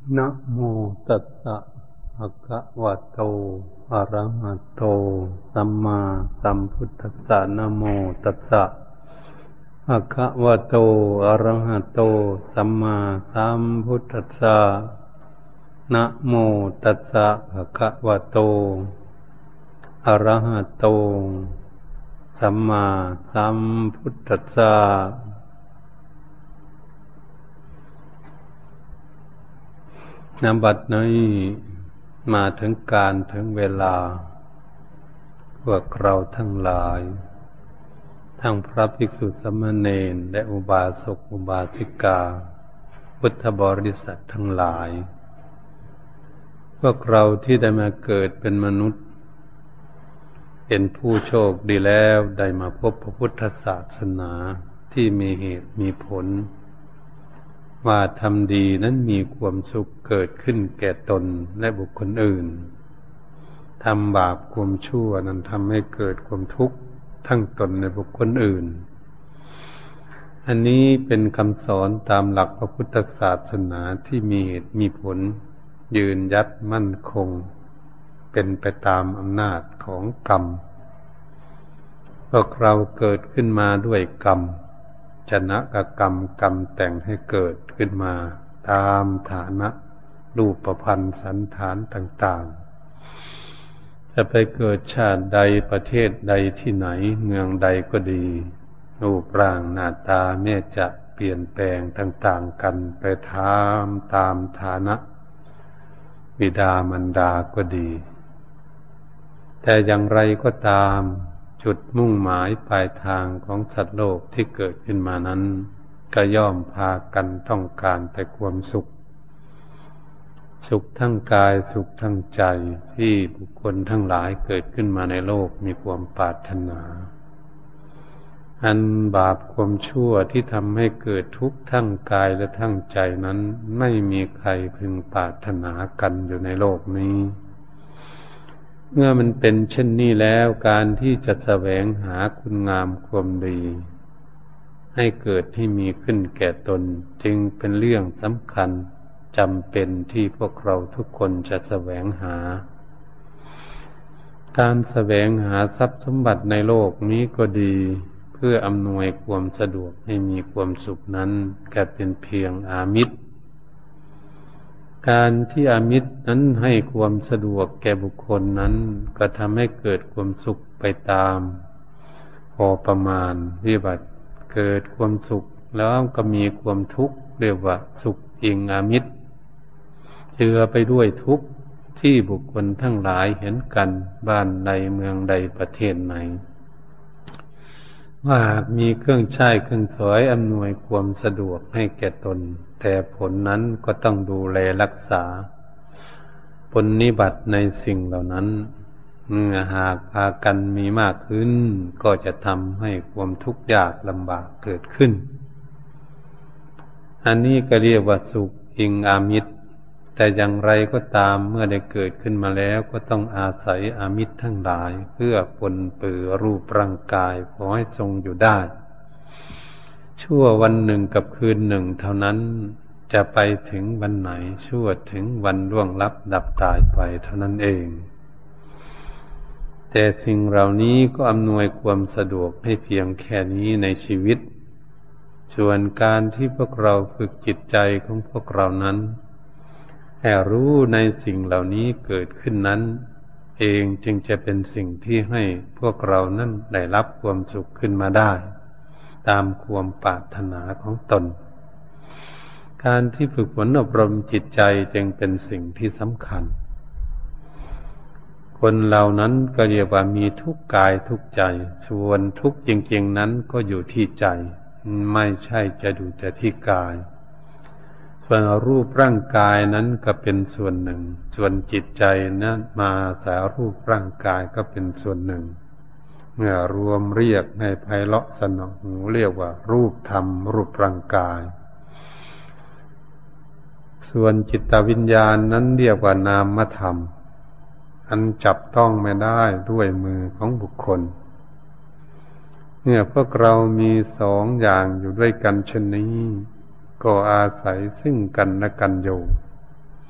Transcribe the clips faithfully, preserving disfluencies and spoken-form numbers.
นะโมตัสสะภะคะวะโตอะระหะโตสัมมาสัมพุทธัสสะนะโมตัสสะภะคะวะโตอะระหะโตสัมมาสัมพุทธัสสะนะโมตัสสะภะคะวะโตอะระหะโตสัมมาสัมพุทธัสสะณ บัดนี้มาถึงการถึงเวลาพวกเราทั้งหลายทั้งพระภิกษุสามเณรและอุบาสกอุบาสิกาพุทธบริษัททั้งหลายพวกเราที่ได้มาเกิดเป็นมนุษย์เป็นผู้โชคดีแล้วได้มาพบพระพุทธศาสนาที่มีเหตุมีผลว่าทำดีนั้นมีความสุขเกิดขึ้นแก่ตนและบุคคลอื่นทำบาปความชั่วนั้นทำให้เกิดความทุกข์ทั้งตนและบุคคลอื่นอันนี้เป็นคำสอนตามหลักพระพุทธศาสนาที่มีเหตุมีผลยืนยัดมั่นคงเป็นไปตามอำนาจของกรรมพวกเราเกิดขึ้นมาด้วยกรรมชนะกับกรรมกรรมแต่งให้เกิดขึ้นมาตามฐานะรูปพรรณสันฐานต่างๆจะไปเกิดชาติใดประเทศใดที่ไหนเมืองใดก็ดีรูปร่างหน้าตาแม้จะเปลี่ยนแปลงต่างๆกันไปตามตามฐานะบิดามารดาก็ดีแต่อย่างไรก็ตามจุดมุ่งหมายปลายทางของสัตว์โลกที่เกิดขึ้นมานั้นก็ย่อมพากันต้องการแต่ความสุขสุขทั้งกายสุขทั้งใจที่บุคคลทั้งหลายเกิดขึ้นมาในโลกมีความปรารถนาอันบาปความชั่วที่ทำให้เกิดทุกข์ทั้งกายและทั้งใจนั้นไม่มีใครพึงปรารถนากันอยู่ในโลกนี้เมื่อมันเป็นเช่นนี้แล้วการที่จะแสวงหาคุณงามความดีให้เกิดให้มีขึ้นแก่ตนจึงเป็นเรื่องสำคัญจำเป็นที่พวกเราทุกคนจะแสวงหาการแสวงหาทรัพย์สมบัติในโลกนี้ก็ดีเพื่ออำนวยความสะดวกให้มีความสุขนั้นก็เป็นเพียงอามิตรการที่อามิตรนั้นให้ความสะดวกแก่บุคคลนั้นก็ทำให้เกิดความสุขไปตามพอประมาณเรียกว่าเกิดความสุขแล้วก็มีความทุกข์เรียกว่าสุขอิงอามิตรเจือไปด้วยทุกข์ที่บุคคลทั้งหลายเห็นกันบ้านใดเมืองใดประเทศไหนว่ามีเครื่องใช้เครื่องสอยอำนวยความสะดวกให้แก่ตนแต่ผลนั้นก็ต้องดูแลรักษาปฏิบัติในสิ่งเหล่านั้นเมื่อหากพากันมีมากขึ้นก็จะทำให้ความทุกข์ยากลำบากเกิดขึ้นอันนี้ก็เรียกว่าสุขอิงอามิตรแต่อย่างไรก็ตามเมื่อได้เกิดขึ้นมาแล้วก็ต้องอาศัยอามิตรทั้งหลายเพื่อปนเปื้อรูปร่างกายขอให้ทรงอยู่ได้ชั่ววันหนึ่งกับคืนหนึ่งเท่านั้นจะไปถึงวันไหนชั่วถึงวันล่วงลับดับตายไปเท่านั้นเองแต่สิ่งเหล่านี้ก็อำนวยความสะดวกให้เพียงแค่นี้ในชีวิตส่วนการที่พวกเราฝึกจิตใจของพวกเรานั้นให้รู้ในสิ่งเหล่านี้เกิดขึ้นนั้นเองจึงจะเป็นสิ่งที่ให้พวกเรานั้นได้รับความสุขขึ้นมาได้ตามความปรารถนาของตนการที่ฝึกฝนอบรมจิตใจจึงเป็นสิ่งที่สำคัญคนเหล่านั้นก็เรียกว่ามีทุกข์กายทุกข์ใจส่วนทุกข์จริงๆนั้นก็อยู่ที่ใจไม่ใช่จะดูแต่ที่กายส่วนรูปร่างกายนั้นก็เป็นส่วนหนึ่งส่วนจิตใจนั้นมาสายรูปร่างกายก็เป็นส่วนหนึ่งเมื่อรวมเรียกให้ไพเราะสนอหูเรียกว่ารูปธรรมรูปร่างกายส่วนจิตวิญญาณนั้นเรียกว่านามธรรมอันจับต้องไม่ได้ด้วยมือของบุคคลเมื่อพวกเรามีสองอย่างอยู่ด้วยกันเช่นนี้ก็อาศัยซึ่งกันและกันอยู่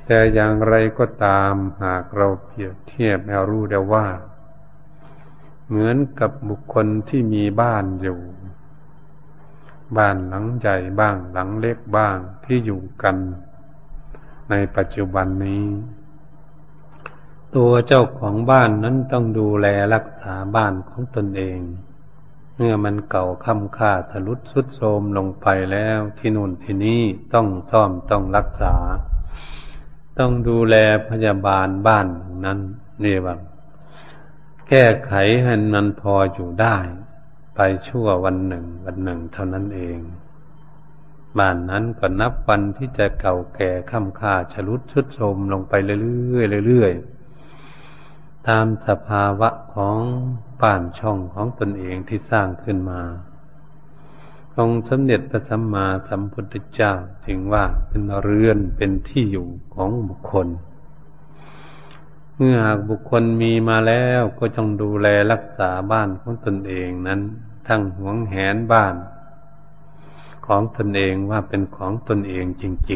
แต่อย่างไรก็ตามหากเราเปรียบเทียบแล้วรู้ได้ว่าเหมือนกับบุคคลที่มีบ้านอยู่บ้านหลังใหญ่บ้างหลังเล็กบ้างที่อยู่กันในปัจจุบันนี้ตัวเจ้าของบ้านนั้นต้องดูแลรักษาบ้านของตนเองเมื่อมันเก่าค่ำค่าทะลุทรุดโทรมลงไปแล้วที่นู่นที่นี่ต้องซ่อมต้องรักษาต้องดูแลพยาบาลบ้านนั้นเรียกว่าแก้ไขให้มันพออยู่ได้ไปชั่ววันหนึ่งวันหนึ่งเท่านั้นเองบ้านนั้นก็นับวันที่จะเก่าแก่ค่ำค่าชรุดทรุดโทรมลงไปเรื่อยๆเรื่อยๆตามสภาวะของบ้านช่องของตนเองที่สร้างขึ้นมาองค์สมเด็จพระสัมมาสัมพุทธเจ้าจึงว่าเป็นเรือนเป็นที่อยู่ของบุคคลเมื่อหากบุคคลมีมาแล้วก็ต้องดูแลรักษาบ้านของตนเองนั้นทั้งหวงแหนบ้านของตนเองว่าเป็นของตนเองจริง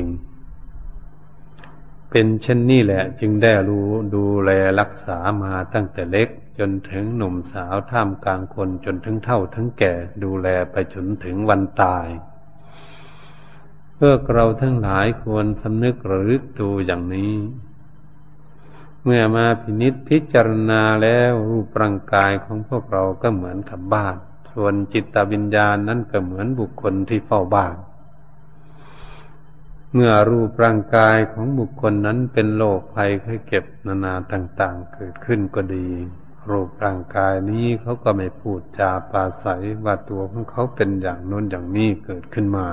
ๆเป็นเช่นนี้แหละจึงได้รู้ดูแลรักษามาตั้งแต่เล็กจนถึงหนุ่มสาวท่ามกลางคนจนถึงเฒ่าถึงแก่ดูแลไปจนถึงวันตายเพื่อเราทั้งหลายควรสำนึกระลึกดูอย่างนี้เมื่อมาพินิจพิจารณาแล้วรูปร่างกายของพวกเราก็เหมือนกับบ้านส่วนจิตวิญญาณนั้นก็เหมือนบุคคลที่เฝ้าบ้านเมื่อรูปร่างกายของบุคคลนั้นเป็นโรคภัยไข้เจ็บนานาต่างๆเกิดขึ้นก็ดีรูปร่างกายนี้เขาก็ไม่พูดจาปราศัยว่าตัวของเขาเป็นอย่างโน้นอย่างนี้เกิดขึ้นมา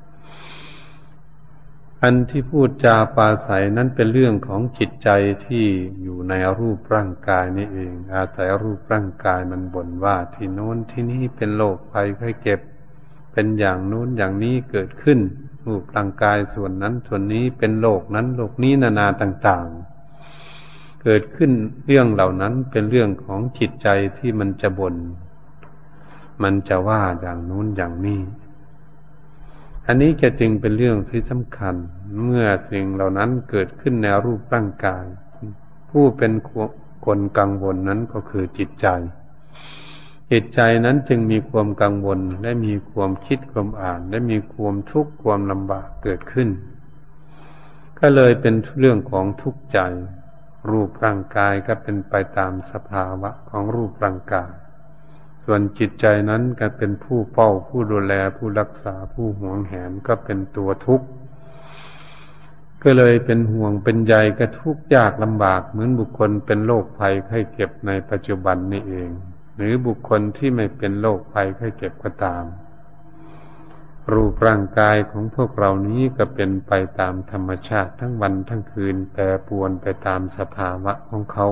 อันที่พูดจาปราศัยนั้นเป็นเรื่องของจิตใจที่อยู่ในรูปร่างกายนี่เองอาศัยรูปร่างกายมันบ่นว่าที่โน้นที่นี้เป็นโรคภัยไข้เจ็บเป็นอย่างโน้นอย่างนี้เกิดขึ้นรูปร่างกายส่วนนั้นส่วนนี้เป็นโรคนั้นโรคนี้นานาต่างๆเกิดขึ้นเรื่องเหล่านั้นเป็นเรื่องของจิตใจที่มันจะบ่นมันจะว่าอย่างโน้นอย่างนี้อันนี้จะจึงเป็นเรื่องที่สำคัญเมื่อสิ่งเหล่านั้นเกิดขึ้นในรูปร่างกายผู้เป็นคนกังวลนั้นก็คือจิตใจจิตใจนั้นจึงมีความกังวลและมีความคิดความอ่านและมีความทุกข์ความลำบากเกิดขึ้นก็เลยเป็นเรื่องของทุกข์ใจรูปร่างกายก็เป็นไปตามสภาวะของรูปร่างกายส่วนจิตใจนั้นก็เป็นผู้เฝ้าผู้ดูแลผู้รักษาผู้หวงแหนก็เป็นตัวทุกข์ก็เลยเป็นห่วงเป็นใยก็ทุกข์ยากลำบากเหมือนบุคคลเป็นโรคภัยไข้เจ็บในปัจจุบันนี่เองหรือบุคคลที่ไม่เป็นโรคภัยไข้เจ็บก็ตามรูปร่างกายของพวกเรานี้ก็เป็นไปตามธรรมชาติทั้งวันทั้งคืนแปรปรวนไปตามสภาวะของเขา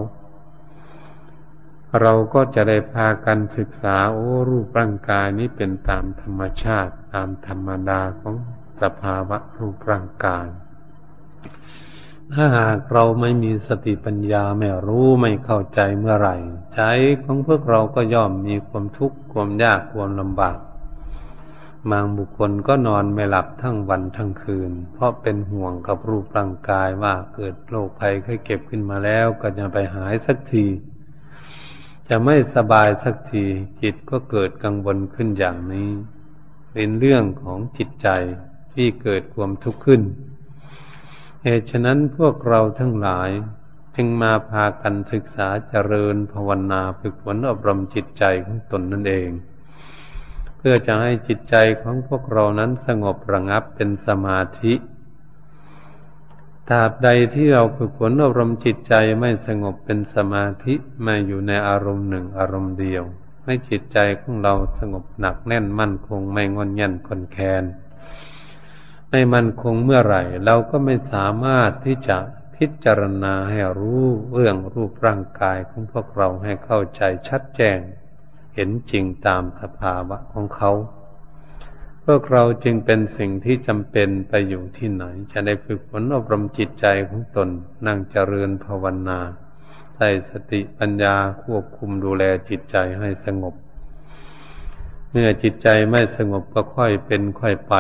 เราก็จะได้พากันศึกษาโอ้รูปร่างกายนี้เป็นตามธรรมชาติตามธรรมดาของสภาวะรูปร่างกายถ้าหากเราไม่มีสติปัญญาไม่รู้ไม่เข้าใจเมื่อไหร่ใจของพวกเราก็ย่อมมีความทุกข์ความยากความลำบากบางบุคคลก็นอนไม่หลับทั้งวันทั้งคืนเพราะเป็นห่วงกับรูปร่างกายว่าเกิดโรคภัยไข้เจ็บขึ้นมาแล้วก็จะไปหายสักทีจะไม่สบายสักทีจิตก็เกิดกังวลขึ้นอย่างนี้เป็นเรื่องของจิตใจที่เกิดความทุกข์ขึ้นเหตุฉะนั้นพวกเราทั้งหลายจึงมาพากันศึกษาเจริญภาวนาฝึกฝนอบรมจิตใจของตนนั่นเองเพื่อจะให้จิตใจของพวกเรานั้นสงบระงับเป็นสมาธิตราบใดที่เราฝึกฝนอบรมจิตใจไม่สงบเป็นสมาธิไม่อยู่ในอารมณ์หนึ่งอารมณ์เดียวให้จิตใจของเราสงบหนักแน่นมั่นคงไม่งอนแง่นคลอนแคลนไม่มั่นคงเมื่อไหร่เราก็ไม่สามารถที่จะพิจารณาให้รู้เรื่องรูปร่างกายของพวกเราให้เข้าใจชัดแจ้งเห็นจริงตามสภาวะของเขาพวกเราจึงเป็นสิ่งที่จำเป็นไปอยู่ที่ไหนจะได้ฝึกฝนอบรมจิตใจของตนนั่งเจริญภาวนาใช้สติปัญญาควบคุมดูแลจิตใจให้สงบเมื่อจิตใจไม่สงบก็ค่อยเป็นค่อยไป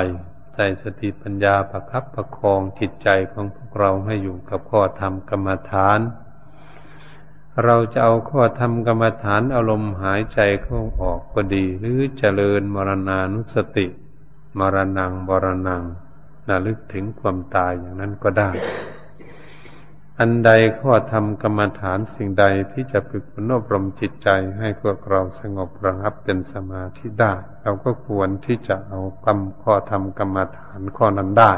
ใจสติปัญญาประคับประคองจิตใจของพวกเราให้อยู่กับข้อธรรมกรรมฐานเราจะเอาข้อธรรมกรรมฐานอารมณ์หายใจเข้าออกก็ดีหรือเจริญมรณานุสติมรณังวรณังระลึกถึงความตายอย่างนั้นก็ได้อันใดข้อธรรมกรรมฐานสิ่งใดที่จะฝึกฝนอบรมจิตใจให้พวกเราสงบระงับเป็นสมาธิได้เราก็ควรที่จะเอากรรมข้อธรรมกรรมฐานข้อนั้นได้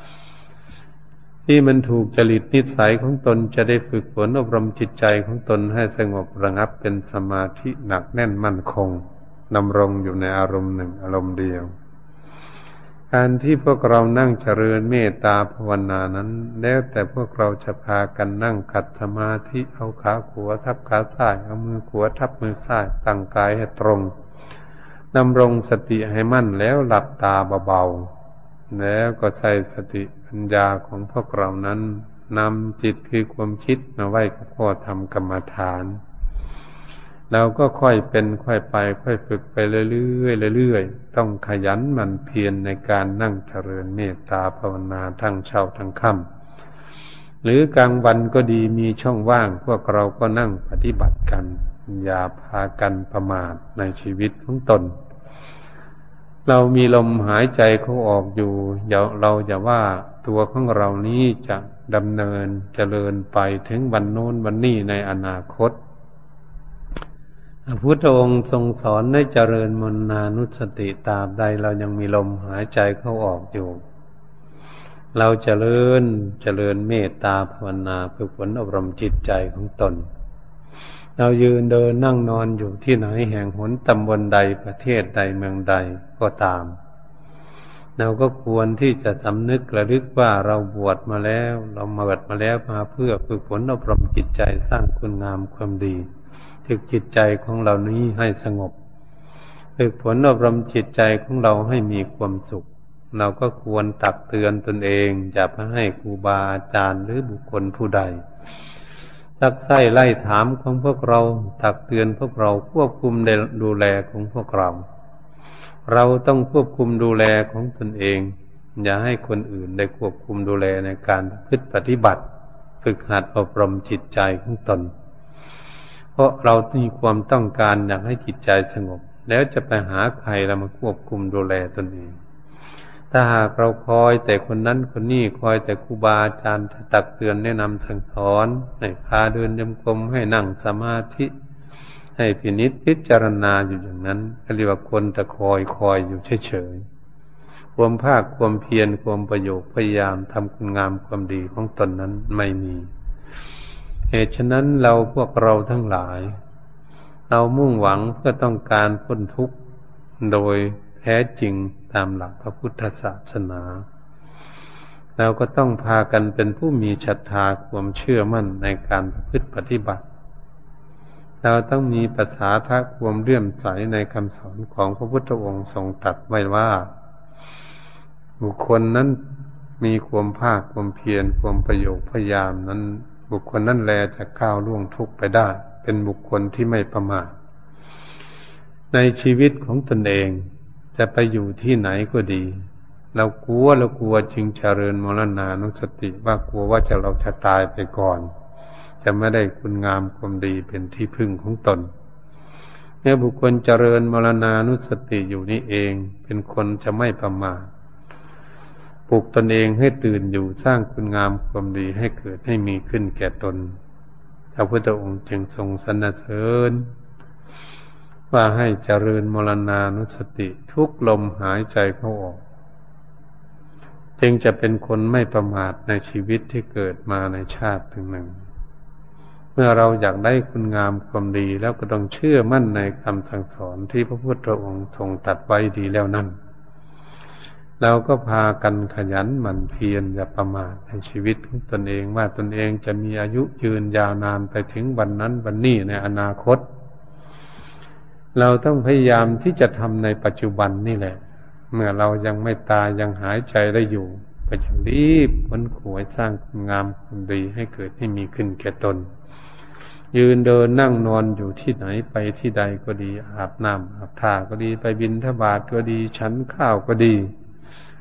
ที่มันถูกจริตนิสัยของตนจะได้ฝึกฝนอบรมจิตใจของตนให้สงบระงับเป็นสมาธิหนักแน่นมั่นคงดำรงอยู่ในอารมณ์หนึ่งอารมณ์เดียวการที่พวกเรานั่งเจริญเมตตาภาวนานั้นแล้วแต่พวกเราจะพากันนั่งขัดสมาธิเอาขาขวาทับขาซ้ายเอามือขวาทับมือซ้ายตั้งกายให้ตรงดำรงสติให้มั่นแล้วหลับตาเบาๆแล้วก็ใช้สติปัญญาของพวกเรานั้นนำจิตคือความคิดมาไว้กับข้อธรรมกรรมฐานเราก็ค่อยเป็นค่อยไปค่อยฝึกไปเรื่อยๆเรื่อยๆต้องขยันหมั่นเพียรในการนั่งเจริญเมตตาภาวนาทั้งเช้าทั้งค่ำหรือกลางวันก็ดีมีช่องว่างพวกเราก็นั่งปฏิบัติกันอย่าพากันประมาทในชีวิตของตนเรามีลมหายใจเข้าออกอยู่อย่าเราอย่าว่าตัวของเรานี้จะดำเนินเจริญไปถึงวันโน้นวันนี้ในอนาคตพระพุทธองค์ทรงสอนให้เจริญมรณานุสติตราบใดเรายังมีลมหายใจเข้าออกอยู่เราเจริญเจริญเมตตาภาวนาฝึกฝนอบรมจิตใจของตนเรายืนเดินนั่งนอนอยู่ที่ไหนแห่งหนตำบลใดประเทศใดเมืองใดก็ตามเราก็ควรที่จะสำนึกระลึกว่าเราบวชมาแล้วเรามาบวชมาแล้วมาเพื่อฝึกฝนอบรมจิตใจสร้างคุณงามความดีฝึกจิตใจของเรานี้ให้สงบฝึกฝนอบรมจิตใจของเราให้มีความสุขเราก็ควรตักเตือนตนเองอย่าไปให้ครูบาอาจารย์หรือบุคคลผู้ใดซักไซ้ไล่ถามของพวกเราตักเตือนพวกเราควบคุมดูแลของพวกเราเราต้องควบคุมดูแลของตนเองอย่าให้คนอื่นได้ควบคุมดูแลในการพฤติปฏิบัติฝึกหัดอบรมจิตใจของตนเพราะเรามีความต้องการอยากให้จิตใจสงบแล้วจะไปหาใครเรามาควบคุมดูแลตนเองถ้าหากเราคอยแต่คนนั้นคนนี้คอยแต่ครูบาอาจารย์ตักเตือนแนะนำสั่งสอนให้พาเดินจงกรมให้นั่งสมาธิให้พินิจพิจารณาอยู่อย่างนั้นเรียกว่าคนตะคอยคอยอยู่เฉยๆความภาคความเพียรความประโยชน์พยายามทำคุณงามความดีของตนนั้นไม่มีเหตุฉะนั้นเราพวกเราทั้งหลายเรามุ่งหวังเพื่อต้องการพ้นทุกข์โดยแท้จริงตามหลักพระพุทธศาสนาเราก็ต้องพากันเป็นผู้มีศรัทธาความเชื่อมั่นในการประพฤติปฏิบัติเราต้องมีภาษาทะความเลื่อมใสในคำสอนของพระพุทธองค์ทรงตรัสไว้ว่าบุคคลนั้นมีความภาคความเพียรความประโยชน์พยายามนั้นบุคคลนั้นแลจะก้าวล่วงทุกข์ไปได้เป็นบุคคลที่ไม่ประมาทในชีวิตของตนเองจะไปอยู่ที่ไหนก็ดีเรากลัวเรากลัวจึงเจริญมรณานุสติว่ากลัวว่าจะเราจะตายไปก่อนจะไม่ได้คุณงามความดีเป็นที่พึ่งของตนเมื่อบุคคลเจริญมรณานุสติอยู่นี่เองเป็นคนจะไม่ประมาทปลุกตนเองให้ตื่นอยู่สร้างคุณงามความดีให้เกิดให้มีขึ้นแก่ตนพระพุทธองค์จึงทรงสรรเสริญว่าให้เจริญมรณานุสติทุกลมหายใจเข้าออกจึงจะเป็นคนไม่ประมาทในชีวิตที่เกิดมาในชาติหนึ่งหนึ่งเมื่อเราอยากได้คุณงามความดีแล้วก็ต้องเชื่อมั่นในคำสั่งสอนที่พระพุทธองค์ทรงตรัสไว้ดีแล้วนั่นเราก็พากันขยันหมั่นเพียรอย่าประมาทในชีวิตของตนเองว่าตนเองจะมีอายุยืนยาวนานไปถึงวันนั้นวันนี้ในอนาคตเราต้องพยายามที่จะทำในปัจจุบันนี่แหละเมื่อเรายังไม่ตายยังหายใจได้อยู่ก็จะรีบค้นขวยสร้างคุณงามความดีให้เกิดให้มีขึ้นแก่ตนยืนเดินนั่งนอนอยู่ที่ไหนไปที่ใดก็ดีอาบน้ำอาบท่าก็ดีไปบิณฑบาตก็ดีฉันข้าวก็ดี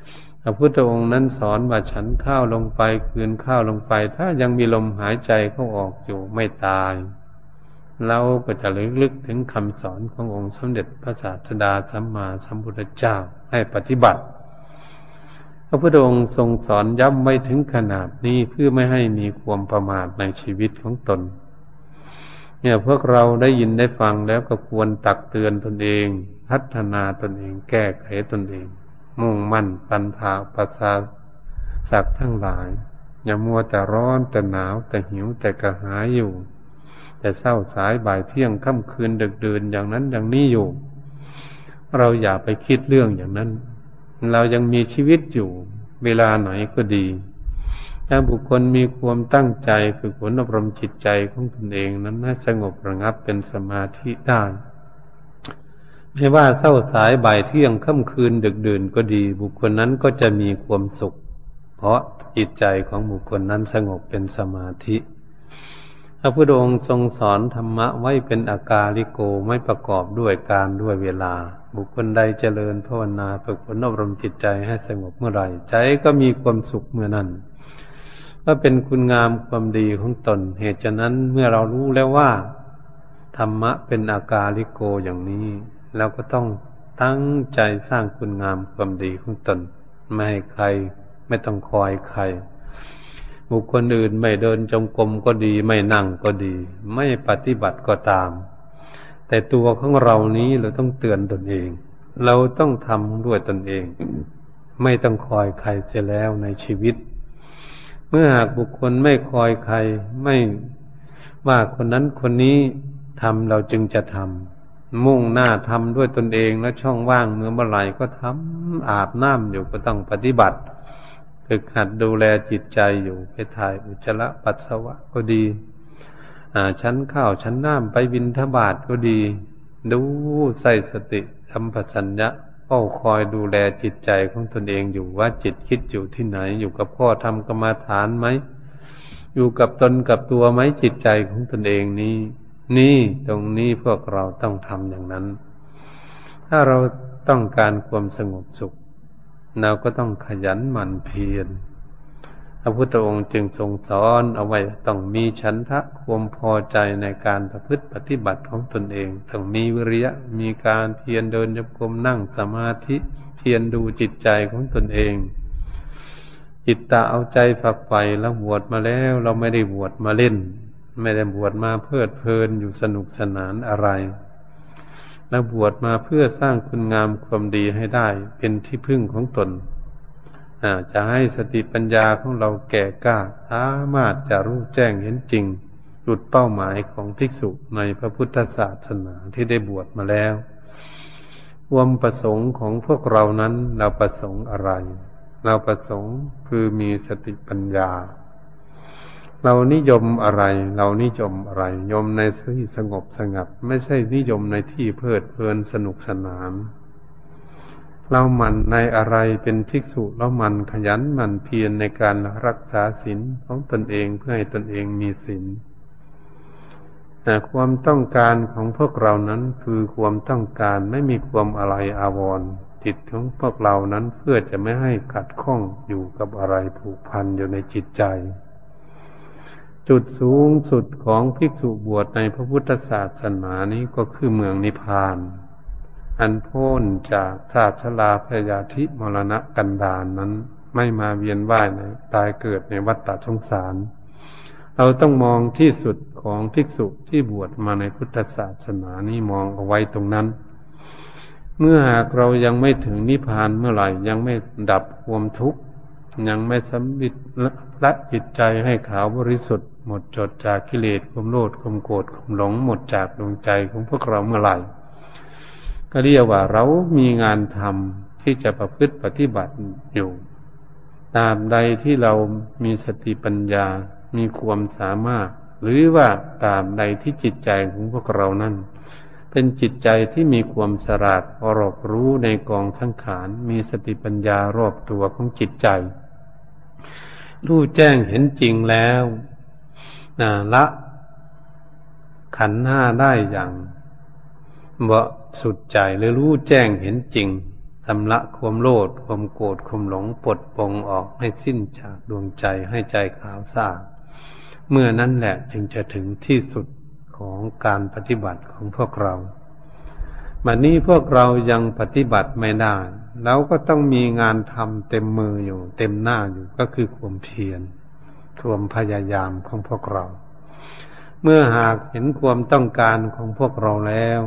ระพุทธองค์นั้นสอนว่าฉันข้าวลงไปคืนข้าวลงไปถ้ายังมีลมหายใจเข้าออกอยู่ไม่ตายเราก็จะระลึกถึงคำสอนขององค์สมเด็จพระศาสดาสัมมาสัมพุทธเจ้าให้ปฏิบัติพระพุทธองค์ทรงสอนย้ำไว้ถึงขนาดนี้เพื่อไม่ให้มีความประมาทในชีวิตของตนเนี่ยพวกเราได้ยินได้ฟังแล้วก็ควรตักเตือนตนเองพัฒนาตนเองแก้ไขตนเองมุ่งมั่นปัญญาปัสสาสักทั้งหลายอย่ามัวแต่ร้อนแต่หนาวแต่หิวแต่กระหายอยู่แต่เศร้าสายบ่ายเที่ยงค่ำคืนดึกดื่นอย่างนั้นอย่างนี้อยู่เราอย่าไปคิดเรื่องอย่างนั้นเรายังมีชีวิตอยู่เวลาไหนก็ดีถ้าบุคคลมีความตั้งใจฝึกฝนอบรมจิตใจของตนเองนั้นให้สงบระงับเป็นสมาธิได้ไม่ว่าเศร้าสายบ่ายเที่ยงค่ำคืนดึกดื่นก็ดีบุคคลนั้นก็จะมีความสุขเพราะจิตใจของบุคคลนั้นสงบเป็นสมาธิพระพุทธองค์ทรงสอนธรรมะไว้เป็นอากาลิโกไม่ประกอบด้วยการด้วยเวลาบุคคลใดเจริญภาวนาฝึกฝนอบรมจิตใจให้สงบเมื่อไหร่ใจก็มีความสุขเมื่อนั้นก็เป็นคุณงามความดีของตนเหตุฉะนั้นเมื่อเรารู้แล้วว่าธรรมะเป็นอากาลิโกอย่างนี้เราก็ต้องตั้งใจสร้างคุณงามความดีของตนไม่ให้ใครไม่ต้องคอยใครบุคคลอื่นไม่เดินจงกรมก็ดีไม่นั่งก็ดีไม่ปฏิบัติก็ตามแต่ตัวของเรานี้เราต้องเตือนตนเองเราต้องทำด้วยตนเองไม่ต้องคอยใครเสียแล้วในชีวิตเมื่อหากบุคคลไม่คอยใครไม่ว่าคนนั้นคนนี้ทำเราจึงจะทำมุ่งหน้าทำด้วยตนเองและช่องว่างเมื่อเมื่อไหร่ก็ทำอาบน้ำอยู่ก็ต้องปฏิบัติฝึกหัดดูแลจิตใจอยู่ไปถ่ายอุจจาระปัสสาวะก็ดีอ่าชั้นข้าวชั้นน้ำไปบิณฑบาตก็ดีดูใส่สติสัมปชัญญะเฝ้าคอยดูแลจิตใจของตนเองอยู่ว่าจิตคิดอยู่ที่ไหนอยู่กับพ่อทำกรรมฐานไหมอยู่กับตนกับตัวไหมจิตใจของตนเองนี้นี่ตรงนี้พวกเราต้องทำอย่างนั้นถ้าเราต้องการความสงบสุขเราก็ต้องขยันหมั่นเพียรพระพุทธองค์จึงทรงสอนเอาไว้ต้องมีฉันทะความพอใจในการประพฤติปฏิบัติของตนเองต้องมีวิริยะมีการเพียรเดินจงกรมนั่งสมาธิเพียรดูจิตใจของตนเองจิตตะเอาใจฝักใฝ่แล้วบวชมาแล้วเราไม่ได้บวชมาเล่นไม่ได้บวชมาเพลิดเพลินอยู่สนุกสนานอะไรแล้วบวชมาเพื่อสร้างคุณงามความดีให้ได้เป็นที่พึ่งของตนอ่าจะให้สติปัญญาของเราแก่กล้าสามารถจะรู้แจ้งเห็นจริงจุดเป้าหมายของภิกษุในพระพุทธศาสนาที่ได้บวชมาแล้วความประสงค์ของพวกเรานั้นเราประสงค์อะไรเราประสงค์คือมีสติปัญญาเรานิยมอะไรเรานิยมอะไรยมในที่สงบสงัดไม่ใช่นิยมในที่เพลิดเพลินสนุกสนานเราหมั่นในอะไรเป็นภิกษุเราหมั่นขยันหมั่นเพียรในการรักษาศีลของตนเองเพื่อให้ตนเองมีศีลแต่ความต้องการของพวกเรานั้นคือความต้องการไม่มีความอะไรอาวรณ์จิตของพวกเรานั้นเพื่อจะไม่ให้ขัดข้องอยู่กับอะไรผูกพันอยู่ในจิตใจจุดสูงสุดของภิกษุบวชในพระพุทธศาสนานี้ก็คือเมืองนิพพานอันพ้นจากชาติชราพยาธิมรณะกันดารนั้นไม่มาเวียนว่ายในตายเกิดในวัฏฏะสงสารเราต้องมองที่สุดของภิกษุที่บวชมาในพุทธศาสนานี้มองเอาไว้ตรงนั้นเมื่อหากเรายังไม่ถึงนิพพานเมื่อไหร่ยังไม่ดับความทุกข์ยังไม่สำลิดละจิตใจให้ขาวบริสุทธิ์หมดจดจากกิเลสความโลภความโกรธความหลงหมดจากดวงใจของพวกเราเมื่อไหร่ก็เรียกว่าเรามีงานทำที่จะประพฤติปฏิบัติอยู่ตราบใดที่เรามีสติปัญญามีความสามารถหรือว่าตราบใดที่จิตใจของพวกเรานั้นเป็นจิตใจที่มีความฉลาดรอบรู้ในกองสังขารมีสติปัญญารอบตัวของจิตใจรู้แจ้งเห็นจริงแล้วนะละขันธ์ห้าได้อย่างเหมาะสุดใจหรือรู้แจ้งเห็นจริงชำระความโลภความโกรธความหลงปลดปลงออกให้สิ้นจากดวงใจให้ใจขาวสะอาดเมื่อนั้นแหละจึงจะถึงที่สุดของการปฏิบัติของพวกเราบัดนี้พวกเรายังปฏิบัติไม่ได้เราก็ต้องมีงานทำเต็มมืออยู่เต็มหน้าอยู่ก็คือความเพียรความพยายามของพวกเราเมื่อหากเห็นความต้องการของพวกเราแล้ว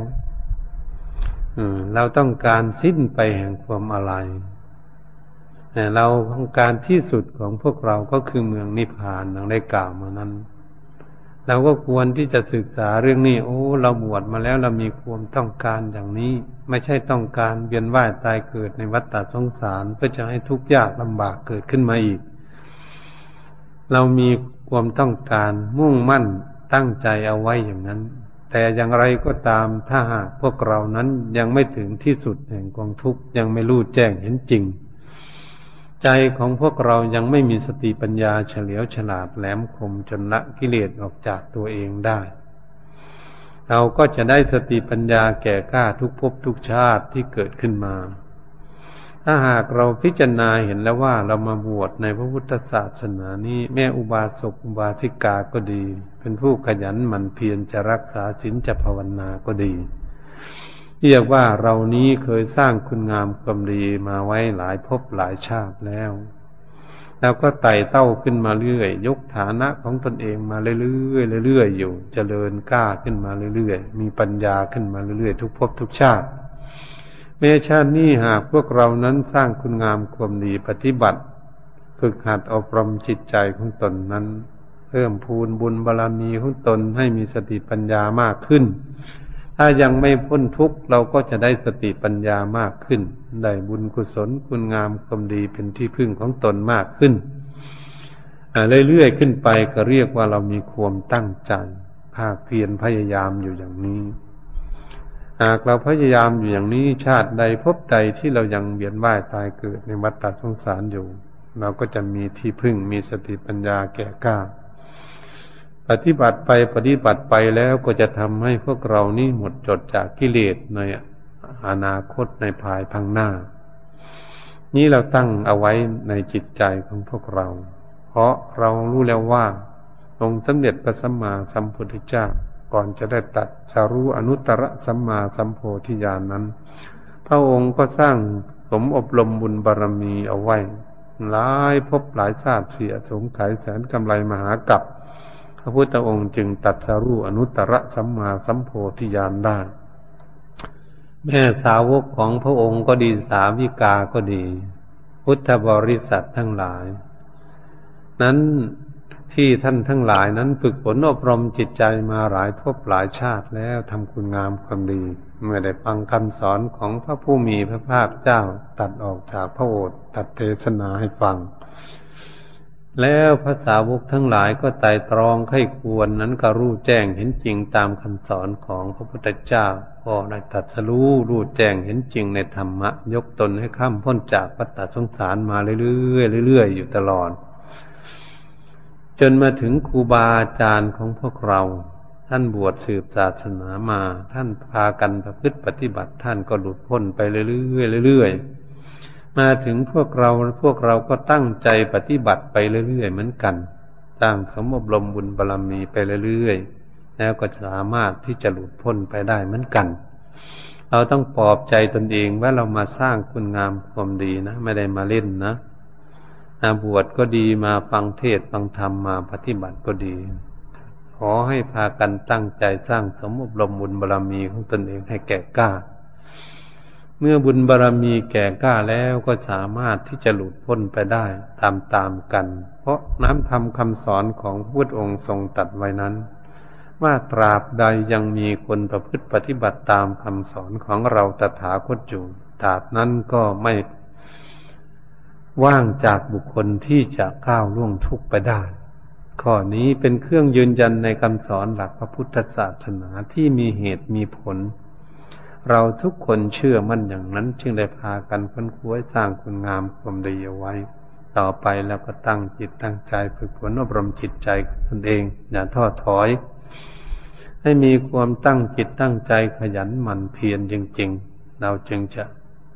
เราต้องการสิ้นไปแห่งความอะไรแต่เราต้องการที่สุดของพวกเราก็คือเมืองนิพพานดังได้กล่าวมานั้นเราก็ควรที่จะศึกษาเรื่องนี้โอ้เราบวชมาแล้วเรามีความต้องการอย่างนี้ไม่ใช่ต้องการเวียนว่ายตายเกิดในวัฏฏะสงสารเพื่อจะให้ทุกข์ยากลำบากเกิดขึ้นมาอีกเรามีความต้องการมุ่งมั่นตั้งใจเอาไว้อย่างนั้นแต่อย่างไรก็ตามถ้าหากพวกเรานั้นยังไม่ถึงที่สุดแห่งกองทุกข์ยังไม่รู้แจ้งเห็นจริงใจของพวกเรายังไม่มีสติปัญญาเฉลียวฉลาดแหลมคมจนละกิเลสออกจากตัวเองได้เราก็จะได้สติปัญญาแก่กล้าทุกภพทุกชาติที่เกิดขึ้นมาถ้าหากเราพิจารณาเห็นแล้วว่าเรามาบวชในพระพุทธศาสนานี้แม่อุบาสกอุบาสิกาก็ดีเป็นผู้ขยันหมั่นเพียรจะรักษาศีลจะภาวนาก็ดีเรียกว่าเรานี้เคยสร้างคุณงามความดีมาไว้หลายภพหลายชาติแล้วแล้วก็ไต่เต้าขึ้นมาเรื่อยยกฐานะของตนเองมาเรื่อยๆเรื่อยๆอยู่เจริญกล้าขึ้นมาเรื่อยๆมีปัญญาขึ้นมาเรื่อยๆทุกภพทุกชาติแม้ชาตินี้หากพวกเรานั้นสร้างคุณงามความดีปฏิบัติฝึกหัดอบรมจิตใจของตนนั้นเพิ่มพูนบุญบารมีของตนให้มีสติปัญญามากขึ้นถ้ายังไม่พ้นทุกข์เราก็จะได้สติปัญญามากขึ้นได้บุญกุศลคุณงามความดีเป็นที่พึ่งของตนมากขึ้นเรื่อยๆขึ้นไปก็เรียกว่าเรามีความตั้งใจภาคเพียรพยายามอยู่อย่างนี้หากเราพยายามอยู่อย่างนี้ชาติใดภพใดที่เรายังเวียนว่ายตายเกิดในวัฏฏะสงสารอยู่เราก็จะมีที่พึ่งมีสติปัญญาแก่กล้าปฏิบัติไปปฏิบัติไปแล้วก็จะทำให้พวกเรานี่หมดจดจากกิเลสในอนาคตในภายภาคหน้านี้เราตั้งเอาไว้ในจิตใจของพวกเราเพราะเรารู้แล้วว่าองค์สมเด็จพระสัมมาสัมพุทธเจ้าก่อนจะได้ตัดสรู้อนุตตรสัมมาสัมโพธิญาณนั้นพระองค์ก็สร้างสมอบรมบุญบารมีเอาไว้หลายภพหลายชาติเสียสงไขยแสนกำไรมหากัปพระพุทธองค์จึงตัดสรู้อนุตตรสัมมาสัมโพธิญาณได้แม่สาวกของพระองค์ก็ดีสาวิกาก็ดีพุทธบริษัททั้งหลายนั้นที่ท่านทั้งหลายนั้นฝึกฝนอบรมจิตใจมาหลายภพหลายชาติแล้วทำคุณงามความดีเมื่อได้ฟังคำสอนของพระผู้มีพระภาคเจ้าตัดออกจากพระโอษฐ์ตัดเทศนาให้ฟังแล้วพระสาวกทั้งหลายก็ไต่ตรองไข้ควรนั้นก็รู้แจ้งเห็นจริงตามคำสอนของพระพุทธเจ้าก็ได้ตรัสรู้รู้แจ้งเห็นจริงในธรรมะยกตนให้ข้ามพ้นจากวัฏฏะสงสารมาเรื่อยๆเรื่อยๆอยู่ตลอดจนมาถึงครูบาอาจารย์ของพวกเราท่านบวชสืบศาสนามาท่านพากันประพฤติปฏิบัติท่านก็หลุดพ้นไปเรื่อยๆเรื่อยๆมาถึงพวกเราพวกเราก็ตั้งใจปฏิบัติไปเรื่อยๆเหมือนกันตั้งสมอบรมบุญบารมีไปเรื่อยๆแล้วก็สามารถที่จะหลุดพ้นไปได้เหมือนกันเราต้องปลอบใจตนเองว่าเรามาสร้างคุณงามความดีนะไม่ได้มาเล่นนะมาบวชก็ดีมาฟังเทศน์ฟังธรรมมาปฏิบัติก็ดีขอให้พากันตั้งใจสร้างสมอบรมบุญบารมีของตนเองให้แก่กล้าเมื่อบุญบารมีแก่กล้าแล้วก็สามารถที่จะหลุดพ้นไปได้ตามๆกันเพราะน้ำธรรมคำสอนของพระพุทธองค์ทรงตรัสไว้นั้นว่าตราบใดยังมีคนประพฤติปฏิบัติตามคำสอนของเราตถาคตอยู่ตราบนั้นก็ไม่ว่างจากบุคคลที่จะก้าวล่วงทุกข์ไปได้ข้อนี้เป็นเครื่องยืนยันในคำสอนหลักพระพุทธศาสนาที่มีเหตุมีผลเราทุกคนเชื่อมั่นอย่างนั้นจึงได้พากันค้นคว้าสร้างคุณงามความดีเอาไว้ต่อไปแล้วก็ตั้งจิตตั้งใจฝึกฝนอบรมจิตใจตนเองอย่าท้อถอยให้มีความตั้งจิตตั้งใจขยันหมั่นเพียรจริงๆเราจึงจะ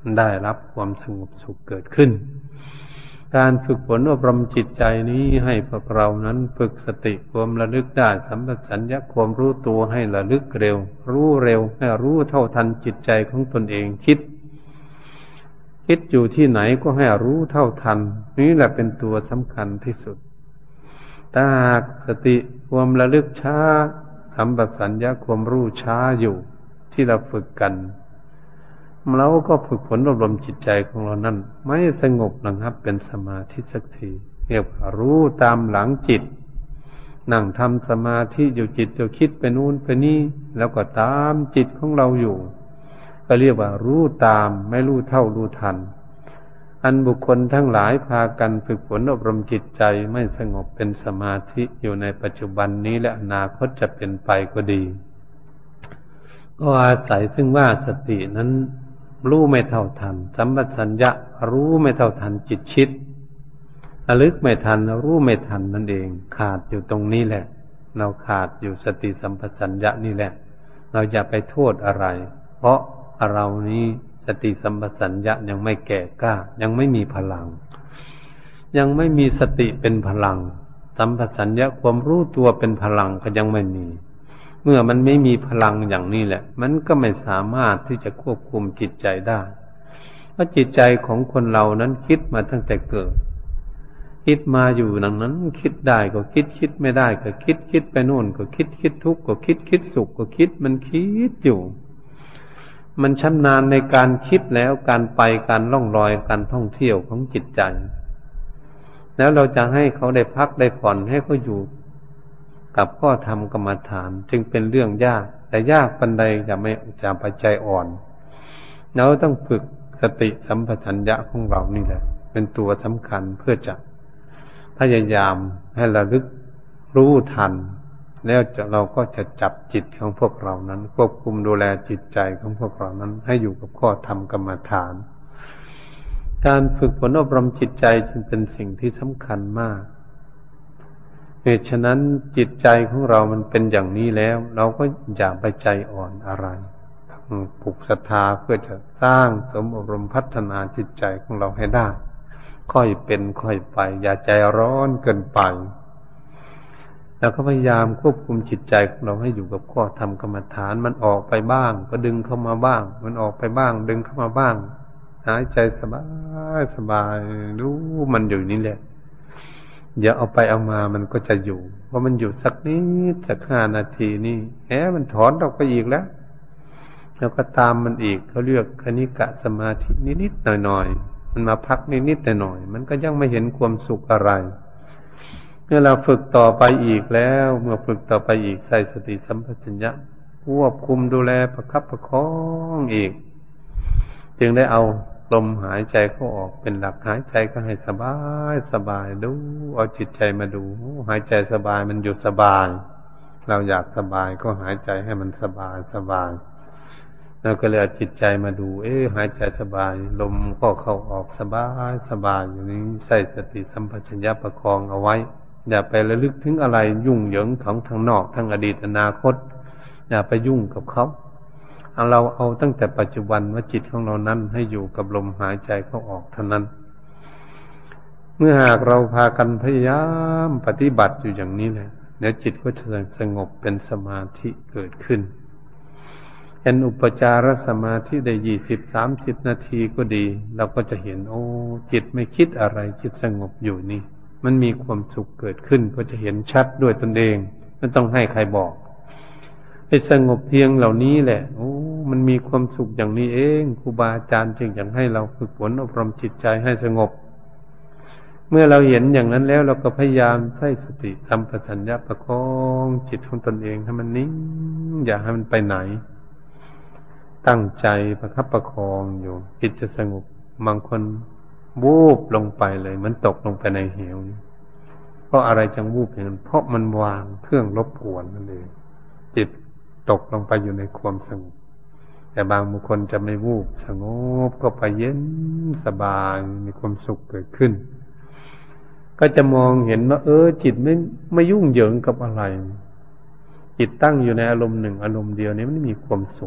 ได้รับความสงบสุขเกิดขึ้นการฝึกฝนอบรมจิตใจนี้ให้พวกเรานั้นฝึกสติความระลึกได้สัมปชัญญะความรู้ตัวให้ระลึกเร็วรู้เร็วให้รู้เท่าทันจิตใจของตนเองคิดคิดอยู่ที่ไหนก็ให้รู้เท่าทันนี่แหละเป็นตัวสำคัญที่สุดถ้าหากสติความระลึกช้าสัมปชัญญะความรู้ช้าอยู่ที่เราฝึกกันเราก็ฝึกฝนอบรมจิตใจของเรานั้นไม่สงบระงับเป็นสมาธิสักทีเรียกว่ารู้ตามหลังจิตนั่งทำสมาธิอยู่จิตจะคิดไปนู่นไปนี่แล้วก็ตามจิตของเราอยู่ก็เรียกว่ารู้ตามไม่รู้เท่ารู้ทันอันบุคคลทั้งหลายพากันฝึกฝนอบรมจิตใจไม่สงบเป็นสมาธิอยู่ในปัจจุบันนี้และอนาคตจะเป็นไปก็ดีก็อาศัยซึ่งว่าสตินั้นรู้ไม่เท่าทันสัมปชัญญะรู้ไม่เท่าทันจิตคิดระลึกไม่ทันรู้ไม่ทันนั่นเองขาดอยู่ตรงนี้แหละเราขาดอยู่สติสัมปชัญญะนี่แหละเราอย่าไปโทษอะไรเพราะเรานี้สติสัมปชัญญะยังไม่แก่กล้ายังไม่มีพลังยังไม่มีสติเป็นพลังสัมปชัญญะความรู้ตัวเป็นพลังก็ยังไม่มีเมื่อมันไม่มีพลังอย่างนี้แหละมันก็ไม่สามารถที่จะควบคุมจิตใจได้เพราะจิตใจของคนเรานั้นคิดมาตั้งแต่เกิดคิดมาอยู่ดังนั้นคิดได้ก็คิดคิดไม่ได้ก็คิดคิดไปโน่นก็คิดคิดทุกข์ก็คิดคิดสุขก็คิดมันคิดอยู่มันชำนาญในการคิดแล้วการไปการล่องลอยการท่องเที่ยวของจิตใจแล้วเราจะให้เขาได้พักได้ผ่อนให้เขาอยู่กับข้อธรรมกรรมฐานจึงเป็นเรื่องยากแต่ยากปันใดจะไม่จะไปใจอ่อนเราต้องฝึกสติสัมปชัญญะของเรานี่แหละเป็นตัวสำคัญเพื่อจะพยายามให้ระลึกรู้ทันแล้วจะเราก็จะจับจิตของพวกเรานั้นควบคุมดูแลจิตใจของพวกเรานั้นให้อยู่กับข้อธรรมกรรมฐานการฝึกฝนอบรมจิตใจจึงเป็นสิ่งที่สำคัญมากเหตุฉะนั้นจิตใจของเรามันเป็นอย่างนี้แล้วเราก็อย่าไปใจอ่อนอะไรปลุกศรัทธาเพื่อจะสร้างสมอบรมพัฒนาจิตใจของเราให้ได้ค่อยเป็นค่อยไปอย่าใจร้อนเกินไปแล้วก็พยายามควบคุมจิตใจของเราให้อยู่กับข้อธรรมกรรมฐานมันออกไปบ้างก็ดึงเข้ามาบ้างมันออกไปบ้างดึงเข้ามาบ้างหายใจสบายสบายรู้มันอยู่นี่แหละอย่าเอาไปเอามามันก็จะอยู่เพราะมันอยู่สักนิดสักห้านาทีนี่แหมมันถอนออกไปอีกแล้วแล้วก็ตามมันอีกเขาเรียกคณิกะสมาธินิดๆหน่อยๆมันมาพักนิดๆหน่อยๆมันก็ยังไม่เห็นความสุขอะไรเมื่อเราฝึกต่อไปอีกแล้วเมื่อฝึกต่อไปอีกใส่สติสัมปชัญญะควบคุมดูแลประคับประคองอีกจึงได้เอาลมหายใจเข้าออกเป็นหลักหายใจก็ให้สบายสบายดูเอาจิตใจมาดูหายใจสบายมันหยุดสบายเราอยากสบายก็หายใจให้มันสบายสบายแล้วก็เลยเอาจิตใจมาดูเอ๊ะหายใจสบายลมก็เข้าออกสบายสบายอย่างนี้ใส่สติสัมปชัญญะประคองเอาไว้อย่าไประลึกถึงอะไรยุ่งเหยิงของทางนอกทางอดีตอนาคตอย่าไปยุ่งกับเขาเอาเราเอาตั้งแต่ปัจจุบันว่าจิตของเรานั้นให้อยู่กับลมหายใจเข้าออกเท่านั้นเมื่อหากเราพากันพยายามปฏิบัติอยู่อย่างนี้แหละเดี๋ยวจิตก็จะสงบเป็นสมาธิเกิดขึ้นเป็นอุปจารสมาธิได้ยี่สิบสามสิบนาทีก็ดีเราก็จะเห็นโอ้จิตไม่คิดอะไรจิตสงบอยู่นี่มันมีความสุขเกิดขึ้นก็จะเห็นชัดด้วยตนเองไม่ต้องให้ใครบอกให้สงบเพียงเหล่านี้แหละโอ้มันมีความสุขอย่างนี้เองครูบาอาจารย์จึงอยากให้เราฝึกฝนอบรมจิตใจให้สงบเมื่อเราเห็นอย่างนั้นแล้วเราก็พยายามใช้สติสัมปชัญญะประคองจิตของตนเองให้มันนิ่งอย่าให้มันไปไหนตั้งใจประคับประคองอยู่จิตจะสงบบางคนวูบลงไปเลยมันตกลงไปในเหวเพราะอะไรจังวูบอย่างนั้นเพราะมันวางเครื่องรบกวนนั่นเองจิตตกลงไปอยู่ในความสงบแต่บางบุคคลจะไม่วูบสงบก็ไปเย็นสบายมีความสุขเกิดขึ้นก็จะมองเห็นว่าเออจิตไม่ไม่ยุ่งเหยิงกับอะไรจิตตั้งอยู่ในอารมณ์หนึ่งอารมณ์เดียวนี้มันมีความสุข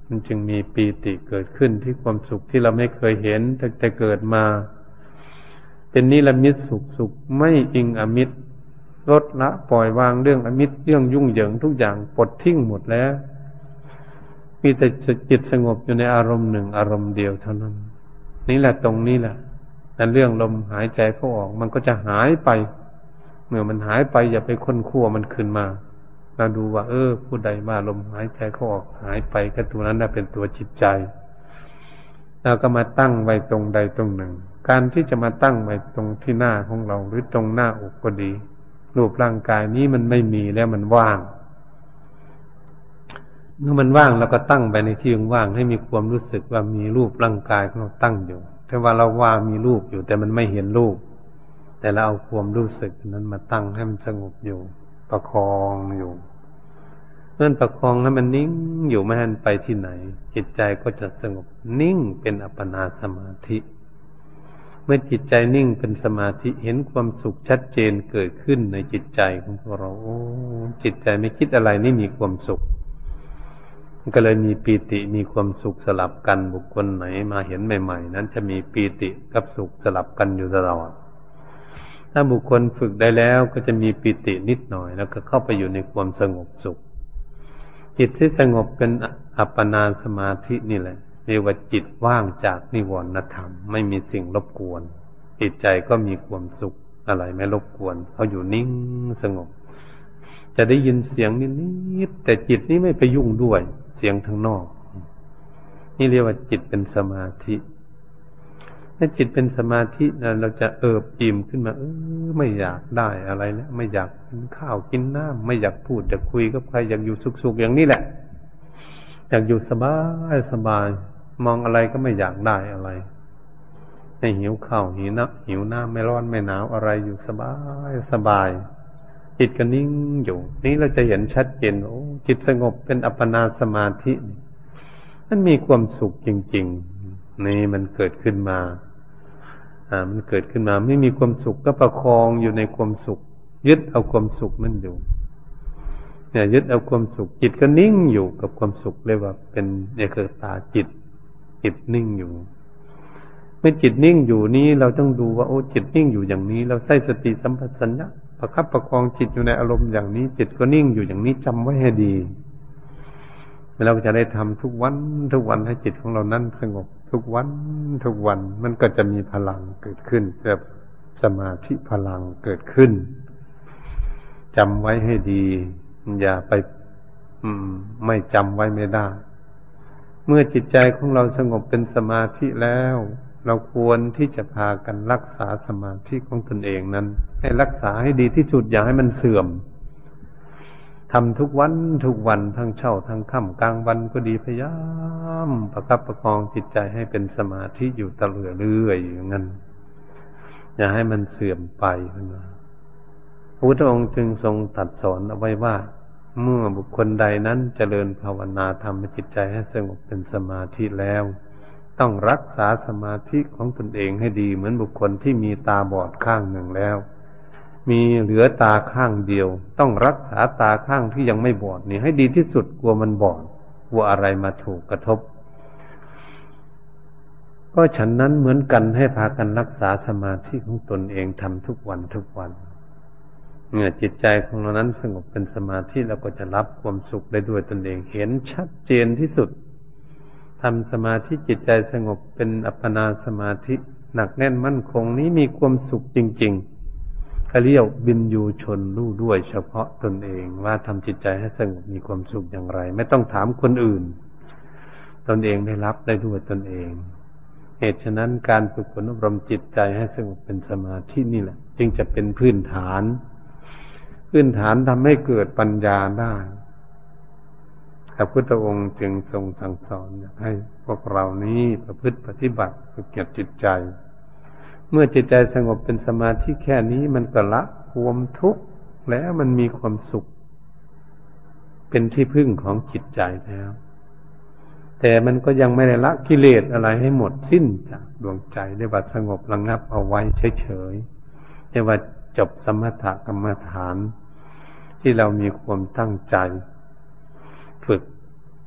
มันจึงมีปีติเกิดขึ้นที่ความสุขที่เราไม่เคยเห็นตั้งแต่เกิดมาเป็นนิรมิตสุขสุขไม่อิงอมิตรลดละปล่อยวางเรื่องอมิตรเรื่องยุ่งเหยิงทุกอย่างปลดทิ้งหมดแล้วมีแต่จิตสงบอยู่ในอารมณ์หนึ่งอารมณ์เดียวเท่านั้นนี่แหละตรงนี้แหละนั่นเรื่องลมหายใจเข้าออกมันก็จะหายไปเมื่อมันหายไปอย่าไปค้นคว้ามันขึ้นมาเราดูว่าเออผู้ใดมาลมหายใจเข้าออกหายไปก็ตัวนั้นน่ะเป็นตัวจิตใจเราก็มาตั้งไว้ตรงใดตรงหนึ่งการที่จะมาตั้งไว้ตรงที่หน้าของเราหรือตรงหน้าอกก็ดีรูปร่างกายนี้มันไม่มีแล้วมันว่างเมื่อมันว่างเราก็ตั้งไปในที่ว่างให้มีความรู้สึกว่ามีรูปร่างกายของเราตั้งอยู่แต่ว่าเราว่ามีรูปอยู่แต่มันไม่เห็นรูปแต่เราเอาความรู้สึกนั้นมาตั้งให้มันสงบอยู่ประคองอยู่เมื่อประคองแล้วมันนิ่งอยู่ไม่ให้มันไปที่ไหนจิตใจก็จะสงบนิ่งเป็นอัปปนาสมาธิเมื่อจิตใจนิ่งเป็นสมาธิเห็นความสุขชัดเจนเกิดขึ้นในจิตใจของพวกเราโอ้จิตใจไม่คิดอะไรนี่มีความสุขก็เลยมีปีติมีความสุขสลับกันบุคคลไหนมาเห็นใหม่ๆนั้นจะมีปีติกับสุขสลับกันอยู่ตลอดถ้าบุคคลฝึกได้แล้วก็จะมีปีตินิดหน่อยแล้วก็เข้าไปอยู่ในความสงบสุขจิตที่สงบเป็นอัปปนาสมาธินี่แหละเรียกว่าจิตว่างจากนิวรณธรรมไม่มีสิ่งรบกวนจิตใจก็มีความสุขอะไรไม่รบกวนเขาอยู่นิ่งสงบจะได้ยินเสียงนิดๆแต่จิตนี้ไม่ไปยุ่งด้วยเสียงข้างนอกนี่เรียกว่าจิตเป็นสมาธิถ้าจิตเป็นสมาธินะเราจะเอิบอิ่มขึ้นมาเออไม่อยากได้อะไรแล้วไม่อยากกินข้าวกินน้ำไม่อยากพูดอยากคุยกับใครอยากอยู่สุขๆอย่างนี้แหละอยากอยู่สบายสบายมองอะไรก็ไม่อยากได้อะไรไม่หิวข้าวหิวน้ำหิวน้ำไม่ร้อนไม่หนาวอะไรอยู่สบายสบายจิตก็นิ่งอยู่นี่เราจะเห็นชัดเจนโอ้จิตสงบเป็นอัปปนาสมาธิมันมีความสุขจริงๆนี่มันเกิดขึ้นมาอ่ามันเกิดขึ้นมาไม่มีความสุขก็ประคองอยู่ในความสุขยึดเอาความสุขนั่นอยู่เนี่ยยึดเอาความสุขจิตก็นิ่งอยู่กับความสุขเรียกว่าเป็นเอกตาจิตจิตนิ่งอยู่เมื่อจิตนิ่งอยู่นี้เราต้องดูว่าโอ้จิตนิ่งอยู่อย่างนี้เราใช้สติสัมปชัญญะประคับประคองจิตอยู่ในอารมณ์อย่างนี้จิตก็นิ่งอยู่อย่างนี้จำไว้ให้ดีเราจะได้ทำทุกวันทุกวันให้จิตของเรานั้นสงบทุกวันทุกวันมันก็จะมีพลังเกิดขึ้นแบบสมาธิพลังเกิดขึ้นจำไว้ให้ดีอย่าไปไม่จำไว้ไม่ได้เมื่อจิตใจของเราสงบเป็นสมาธิแล้วเราควรที่จะพากันรักษาสมาธิของตนเองนั้นให้รักษาให้ดีที่สุดอย่าให้มันเสื่อมทำทุกวันทุกวันทั้งเช้าทั้งค่ำกลางวันก็ดีพยายามประคับประคองจิตใจให้เป็นสมาธิอยู่ตลอดเรื่อยอย่างนั้นอย่าให้มันเสื่อมไปนะพระพุทธองค์จึงทรงตรัสสอนเอาไว้ว่าเมื่อบุคคลใดนั้นเจริญภาวนาทำให้จิตใจให้สงบเป็นสมาธิแล้วต้องรักษาสมาธิของตนเองให้ดีเหมือนบุคคลที่มีตาบอดข้างหนึ่งแล้วมีเหลือตาข้างเดียวต้องรักษาตาข้างที่ยังไม่บอดนี่ให้ดีที่สุดกลัวมันบอดกลัวอะไรมาถูกกระทบก็ฉันนั้นเหมือนกันให้พากันรักษาสมาธิของตนเองทำทุกวันทุกวันเมื่อจิตใจของเรานั้นสงบเป็นสมาธิเราก็จะรับความสุขได้ด้วยตนเองเห็นชัดเจนที่สุดทำสมาธิจิตใจสงบเป็นอัปปนาสมาธิหนักแน่นมั่นคงนี้มีความสุขจริงๆเขาเรียกบินยูชนรู้ด้วยเฉพาะตนเองว่าทำจิตใจให้สงบมีความสุขอย่างไรไม่ต้องถามคนอื่นตนเองได้รับได้ด้วยตนเองเหตุฉะนั้นการฝึกฝนอบรมจิตใจให้สงบเป็นสมาธินี่แหละจึงจะเป็นพื้นฐานพื้นฐานทำให้เกิดปัญญาได้พระพุทธองค์จึงทรงสั่งสอนให้พวกเรานี้ประพฤติปฏิบัติฝึกเก็บจิตใจเมื่อจิตใจสงบเป็นสมาธิแค่นี้มันก็ละความทุกข์แล้วมันมีความสุขเป็นที่พึ่งของจิตใจแล้วแต่มันก็ยังไม่ได้ละกิเลสอะไรให้หมดสิ้นจากดวงใจได้ว่าสงบระงับเอาไว้เฉยๆได้ว่าจบสมถกรรมฐานที่เรามีความตั้งใจฝึก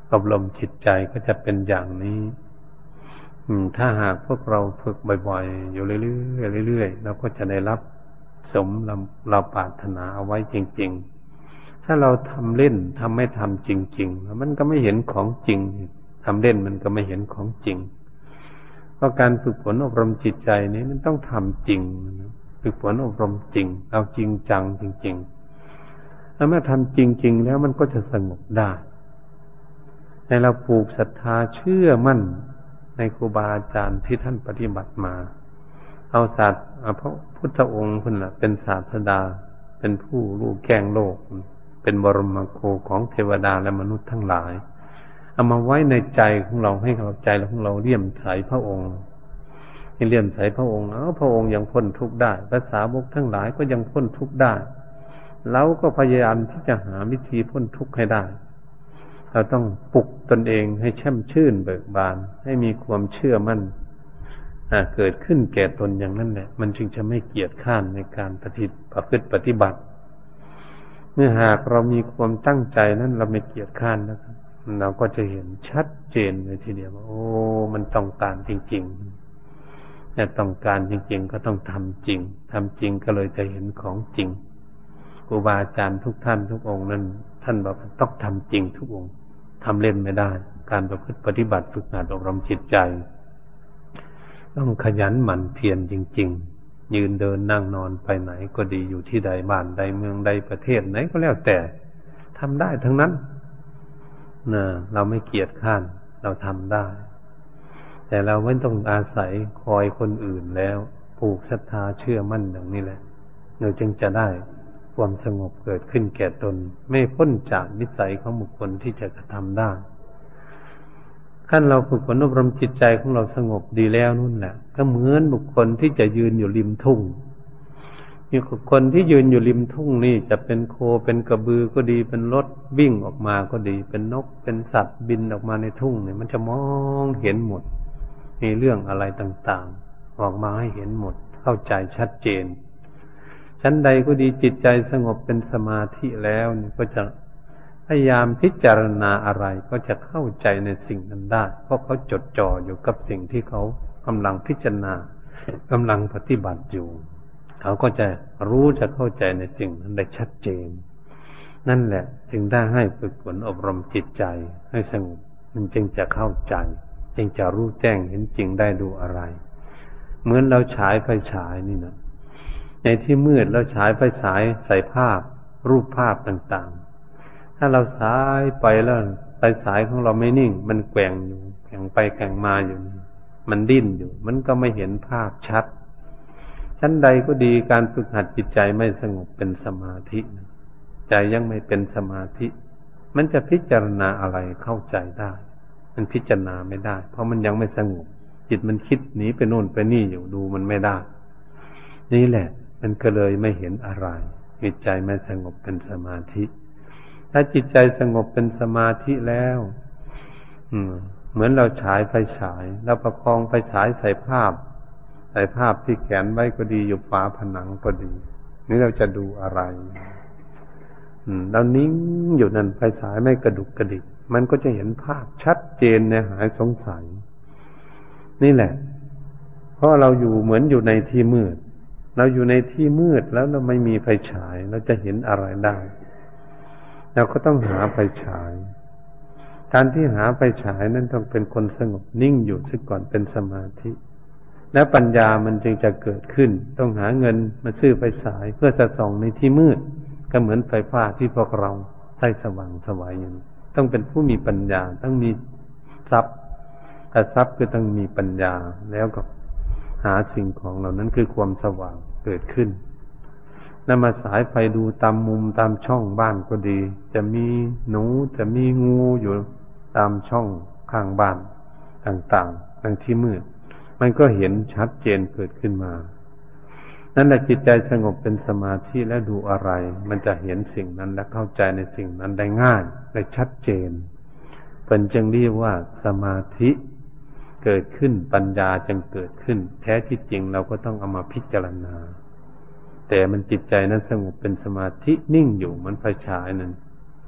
อบรมจิตใจก็จะเป็นอย่างนี้ถ้าหากพวกเราฝึกบ่อยๆอยู่เรื่อยๆเรื่อยๆเราก็จะได้รับสมเราเราปรารถนาเอาไว้จริงๆถ้าเราทำเล่นทำไม่ทำจริงๆมันก็ไม่เห็นของจริงทำเล่นมันก็ไม่เห็นของจริงเพราะการฝึกฝนอบรมจิตใจนี้มันต้องทำจริงฝึกฝนอบรมจริงเอาจริงจังจริงๆแล้วเมื่อทำจริงๆแล้วมันก็จะสงบได้ให้เราปลูกศรัทธาเชื่อมั่นในครูบาอาจารย์ที่ท่านปฏิบัติมาเอาศาสตร์พระพุทธองค์พุ่นล่ะเป็นศาสดาเป็นผู้รู้แจ้งโลกเป็นบรมครูของเทวดาและมนุษย์ทั้งหลายเอามาไว้ในใจของเราให้เราใจของเราเลี่ยมใสพระองค์ให้เลี่ยมใสพระองค์เอ้าพระองค์ยังพ้นทุกข์ได้ภาษาวกทั้งหลายก็ยังพ้นทุกข์ได้เราก็พยายามที่จะหาวิธีพ้นทุกข์ให้ได้เราต้องปลุกตนเองให้แช่มชื่นเบิกบานให้มีความเชื่อมั่นเกิดขึ้นแก่ตนอย่างนั้นแหละมันจึงจะไม่เกียจข้านในการปฏิประพฤติปฏิบัติเมื่อหากเรามีความตั้งใจนั้นเราไม่เกียจข้านนะครับเราก็จะเห็นชัดเจนเลยทีเดียวว่าโอ้มันต้องการจริงๆแต่ต้องการจริงๆก็ต้องทำจริงทำจริงก็เลยจะเห็นของจริงครูบาอาจารย์ทุกท่านทุกองค์นั้นท่านบอกว่าต้องทำจริงทุกองค์ทำเล่นไม่ได้การประพฤติปฏิบัติฝึกหัดอบรมจิตใจต้องขยันหมั่นเพียรจริงๆยืนเดินนั่งนอนไปไหนก็ดีอยู่ที่ใดบ้านใดเมืองใดประเทศไหนก็แล้วแต่ทำได้ทั้งนั้นนะเราไม่เกียจข้านเราทำได้แต่เราไม่ต้องอาศัยคอยคนอื่นแล้วปลูกศรัทธาเชื่อมั่นอย่างนี้แหละเราจึงจะได้ความสงบเกิดขึ้นแก่ตนไม่พ้นจากนิสัยของบุคคลที่จะกระทำได้ขั้นเราฝึกฝนอบรมจิตใจของเราสงบดีแล้วนู่นแหละก็เหมือนบุคคลที่จะยืนอยู่ริมทุ่งมีคนที่ยืนอยู่ริมทุ่งนี่จะเป็นโคเป็นกระบือก็ดีเป็นรถวิ่งออกมาก็ดีเป็นนกเป็นสัตว์บินออกมาในทุ่งเนี่ยมันจะมองเห็นหมดมีเรื่องอะไรต่างๆออกมาให้เห็นหมดเข้าใจชัดเจนชั้นใดก็ดีจิตใจสงบเป็นสมาธิแล้วนี่ก็จะพยายามพิจารณาอะไรก็จะเข้าใจในสิ่งนั้นได้เพราะเขาจดจ่ออยู่กับสิ่งที่เขากำลังพิจารณากำลังปฏิบัติอยู่เขาก็จะรู้จะเข้าใจในสิ่งนั้นได้ชัดเจนนั่นแหละจึงได้ให้ฝึกฝนอบรมจิตใจให้สงบมันจึงจะเข้าใจจึงจะรู้แจ้งเห็นจริงได้ดูอะไรเหมือนเราฉายไฟฉายนี่นะในที่มืดเราฉายไฟฉายใส่ภาพรูปภาพต่างๆถ้าเราฉายไปแล้วไฟฉายของเราไม่นิ่งมันแกว่งอยู่แกว่งไปแกว่งมาอยู่มันดิ้นอยู่มันก็ไม่เห็นภาพชัดชั้นใดก็ดีการฝึกหัดจิตใจไม่สงบเป็นสมาธิใจยังไม่เป็นสมาธิมันจะพิจารณาอะไรเข้าใจได้มันพิจารณาไม่ได้เพราะมันยังไม่สงบจิตมันคิดหนีไปโน่นไปนี่อยู่ดูมันไม่ได้นี่แหละมันก็เลยไม่เห็นอะไรจิตใจไม่สงบเป็นสมาธิถ้าจิตใจสงบเป็นสมาธิแล้วอืมเหมือนเราฉายไฟฉายเราประคองไฟฉายใส่ภาพใส่ภาพที่แขวนไว้ก็ดีอยู่ฝาผนังก็ดีนี่เราจะดูอะไรอืมเรานิ่งอยู่นั่นไฟฉายไม่กระดุกกระดิกมันก็จะเห็นภาพชัดเจนในหายสงสัยนี่แหละเพราะเราอยู่เหมือนอยู่ในที่มืดเราอยู่ในที่มืดแล้วเราไม่มีไฟฉายเราจะเห็นอะไรได้เราก็ต้องหาไฟฉายการที่หาไฟฉายนั้นต้องเป็นคนสงบนิ่งอยู่ซะก่อนเป็นสมาธิและปัญญามันจึงจะเกิดขึ้นต้องหาเงินมาซื้อไฟฉายเพื่อจะส่องในที่มืดก็เหมือนไฟฟ้าที่พวกเราใช้สว่างสวายอย่างนี้ต้องเป็นผู้มีปัญญาต้องมีทรัพย์ถ้าทรัพย์ก็ต้องมีปัญญาแล้วก็หาสิ่งของเหล่านั้นคือความสว่างเกิดขึ้นนำมาสายไฟดูตามมุมตามช่องบ้านก็ดีจะมีหนูจะมีงูอยู่ตามช่องข้างบ้านต่างๆทั้งที่มืดมันก็เห็นชัดเจนเกิดขึ้นมานั่นแหละจิตใจสงบเป็นสมาธิแล้วดูอะไรมันจะเห็นสิ่งนั้นและเข้าใจในสิ่งนั้นได้ง่ายได้ชัดเจนเป็นจึงเรียกว่าสมาธิเกิดขึ้นปัญญาจึงเกิดขึ้นแท้ที่จริงเราก็ต้องเอามาพิจารณาแต่มันจิตใจนั้นสงบเป็นสมาธินิ่งอยู่มันไฟฉายนั้น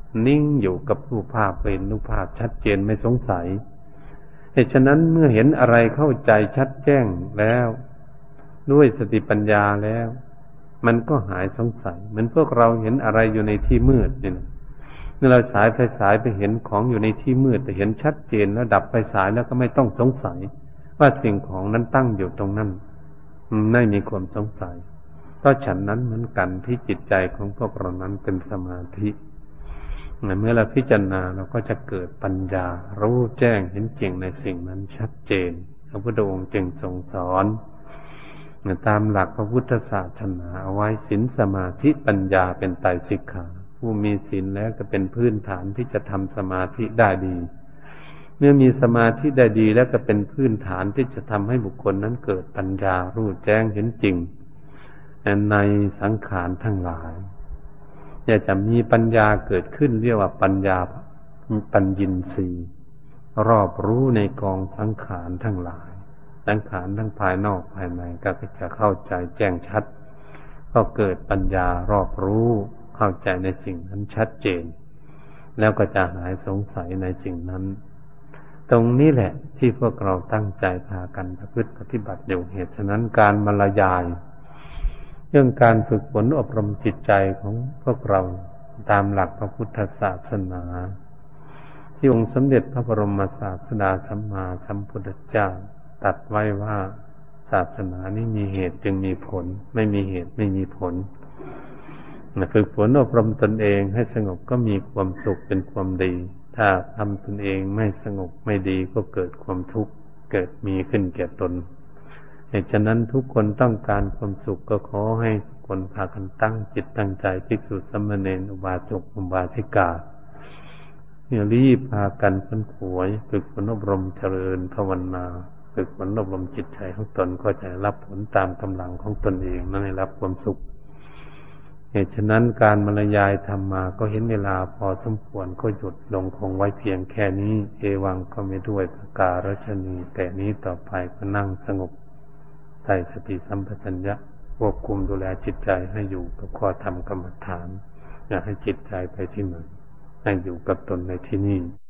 นิ่งอยู่กับรูปภาพเห็นรูปภาพชัดเจนไม่สงสัยเหตุฉะนั้นเมื่อเห็นอะไรเข้าใจชัดแจ้งแล้วด้วยสติปัญญาแล้วมันก็หายสงสัยเหมือนพวกเราเห็นอะไรอยู่ในที่มืดนี่นะเมื่อเราฉายไฟฉายไปเห็นของอยู่ในที่มืดแต่เห็นชัดเจนแล้วดับไฟฉายแล้วก็ไม่ต้องสงสัยว่าสิ่งของนั้นตั้งอยู่ตรงนั้นไม่มีความสงสัยเพราะฉันนั้นเหมือนกันที่จิตใจของพวกเรานั้นเป็นสมาธิเมื่อเราพิจารณาเราก็จะเกิดปัญญารู้แจ้งเห็นจริงในสิ่งนั้นชัดเจนพระพุทธองค์จึงทรงสอนตามหลักพระพุทธศาสนาเอาไว้ศีลสมาธิปัญญาเป็นไตรสิกขาผู้มีศีลแล้วก็เป็นพื้นฐานที่จะทำสมาธิได้ดีเมื่อมีสมาธิได้ดีแล้วก็เป็นพื้นฐานที่จะทำให้บุคคลนั้นเกิดปัญญารู้แจ้งเห็นจริงในสังขารทั้งหลายอยากจะมีปัญญาเกิดขึ้นเรียกว่าปัญญาปัญญินทรีย์รอบรู้ในกองสังขารทั้งหลายสังขารทั้งภายนอกภายในก็จะเข้าใจแจ้งชัดก็เกิดปัญญารอบรู้เข้าใจในสิ่งนั้นชัดเจนแล้วก็จะหายสงสัยในสิ่งนั้นตรงนี้แหละที่พวกเราตั้งใจพากันประพฤติปฏิบัติอยู่เหตุฉะนั้นการบรรยายเรื่องการฝึกฝนอบรมจิตใจของพวกเราตามหลักพระพุทธศาสนาที่องค์สมเด็จพระบรมศาสดาสัมมาสัมพุทธเจ้าตรัสไว้ว่าศาสนานี้มีเหตุจึงมีผลไม่มีเหตุไม่มีผลฝึกฝนอบรมตนเองให้สงบก็มีความสุขเป็นความดีถ้าทำตนเองไม่สงบไม่ดีก็เกิดความทุกข์เกิดมีขึ้นแก่ตนเหตุฉะนั้นทุกคนต้องการความสุขก็ขอให้ทุกคนพากันตั้งจิตตั้งใจภิกษุสามเณรอุบาสกอุบาสิกาเนี่ยรีบพากันพ้นขวยฝึกฝนอบรมเจริญภาวนาฝึกฝนอบรมจิตใจของตนก็จะรับผลตามกำลังของตนเองนั่นให้รับความสุขเหตุฉะนั้นการบรรยายธรรมมาก็เห็นเวลาพอสมควรก็หยุดลงคงไว้เพียงแค่นี้เอวังก็ไม่ด้วยประการฉนี้แต่นี้ต่อไปก็นั่งสงบใส่สติสัมปชัญญะควบคุมดูแลจิตใจให้อยู่กับข้อธรรมกรรมฐานอย่าให้จิตใจไปที่ไหนให้อยู่กับตนในที่นี่